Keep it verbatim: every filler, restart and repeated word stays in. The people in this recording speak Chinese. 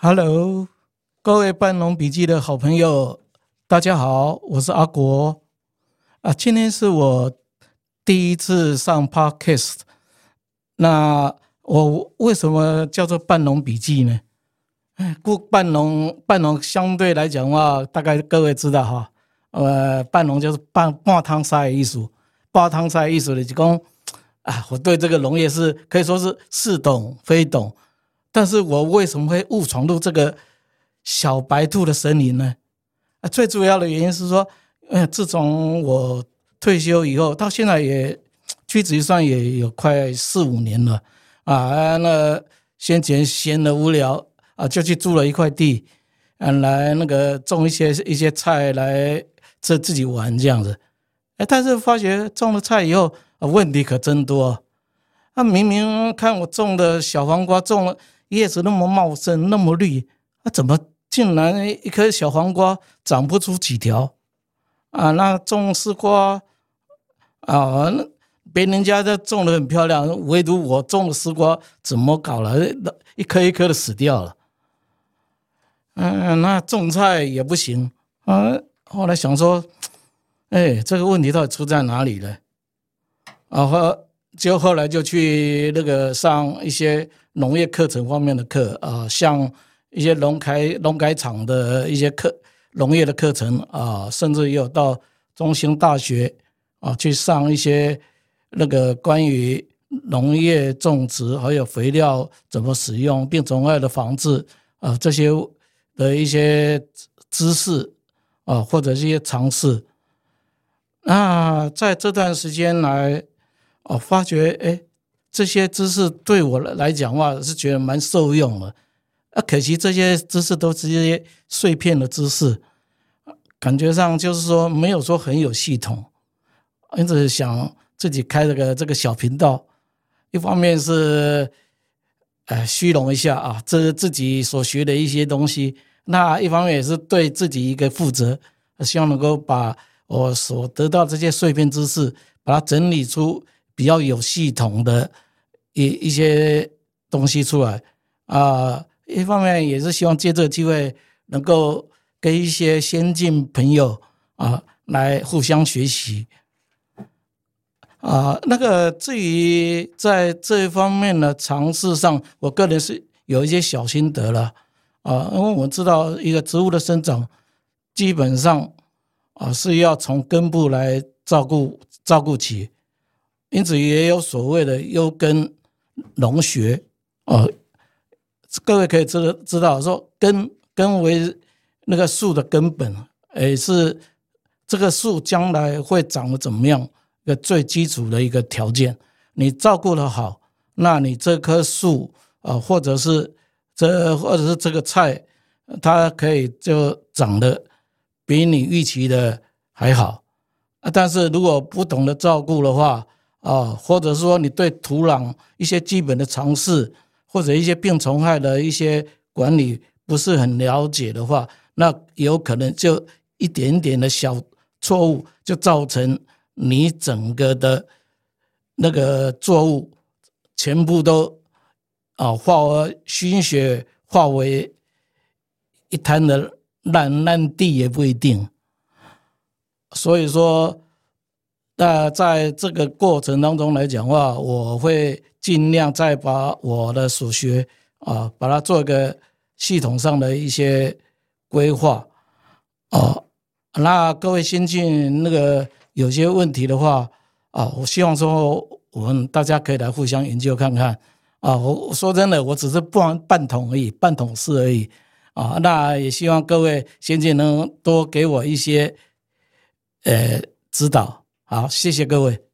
Hello，各位半农笔记的好朋友，大家好，我是阿国啊。今天是我第一次上 Podcast， 那我为什么叫做半农笔记呢？故半农半农相对来讲的话，大概各位知道哈，呃，半农就是半半汤沙的艺术，半汤沙的艺术的就讲啊，我对这个农业是可以说是似懂非懂。但是我为什么会误闯入这个小白兔的森林呢？啊，最主要的原因是说，呃，自从我退休以后，到现在也屈指一算也有快四五年了啊。那先前闲得无聊啊，就去租了一块地，啊，来那个种一些一些菜来自自己玩这样子。哎，但是发觉种了菜以后，啊，问题可真多。啊，明明看我种的小黄瓜种了。叶子那么茂盛，那么绿，啊，怎么竟然一颗小黄瓜长不出几条啊？那种丝瓜啊，别人家都种得很漂亮，唯独我种的丝瓜怎么搞了？一颗一颗的死掉了。嗯，那种菜也不行啊。后来想说，哎，这个问题到底出在哪里呢？啊，就后来就去那个上一些农业课程方面的课啊，像一些农开农改场的一些课，农业的课程啊，甚至也有到中兴大学啊去上一些那个关于农业种植还有肥料怎么使用、病虫害的防治啊这些的一些知识啊，或者是一些常识。那在这段时间来。哦，发觉哎，这些知识对我来讲的话是觉得蛮受用的啊。可惜这些知识都是一些碎片的知识，感觉上就是说没有说很有系统，因此想自己开这个这个小频道，一方面是呃虚荣一下啊，这是自己所学的一些东西，那一方面也是对自己一个负责，希望能够把我所得到这些碎片知识，把它整理出比较有系统的一一些东西出来啊。一方面也是希望借这个机会能够跟一些先进朋友啊来互相学习啊。那个至于在这一方面的尝试上，我个人是有一些小心得了啊，因为我们知道一个植物的生长基本上啊是要从根部来照顾照顾起。因此也有所谓的优根农学哦，各位可以知知道说根根为那个树的根本，也是这个树将来会长得怎么样一个最基础的一个条件。你照顾得好，那你这棵树啊，或者是这或者是这个菜，它可以就长得比你预期的还好啊。但是如果不懂得照顾的话，啊，或者说你对土壤一些基本的常识，或者一些病虫害的一些管理不是很了解的话，那有可能就一点点的小错误，就造成你整个的那个作物全部都啊化为熏血，化为一滩的烂烂地也不一定。所以说。那在这个过程当中来讲的话，我会尽量再把我的所学啊，把它做一个系统上的一些规划哦。那各位先进那个有些问题的话啊，我希望说我们大家可以来互相研究看看啊。我说真的，我只是半半桶而已，半桶事而已啊。那也希望各位先进能多给我一些呃指导。好，谢谢各位。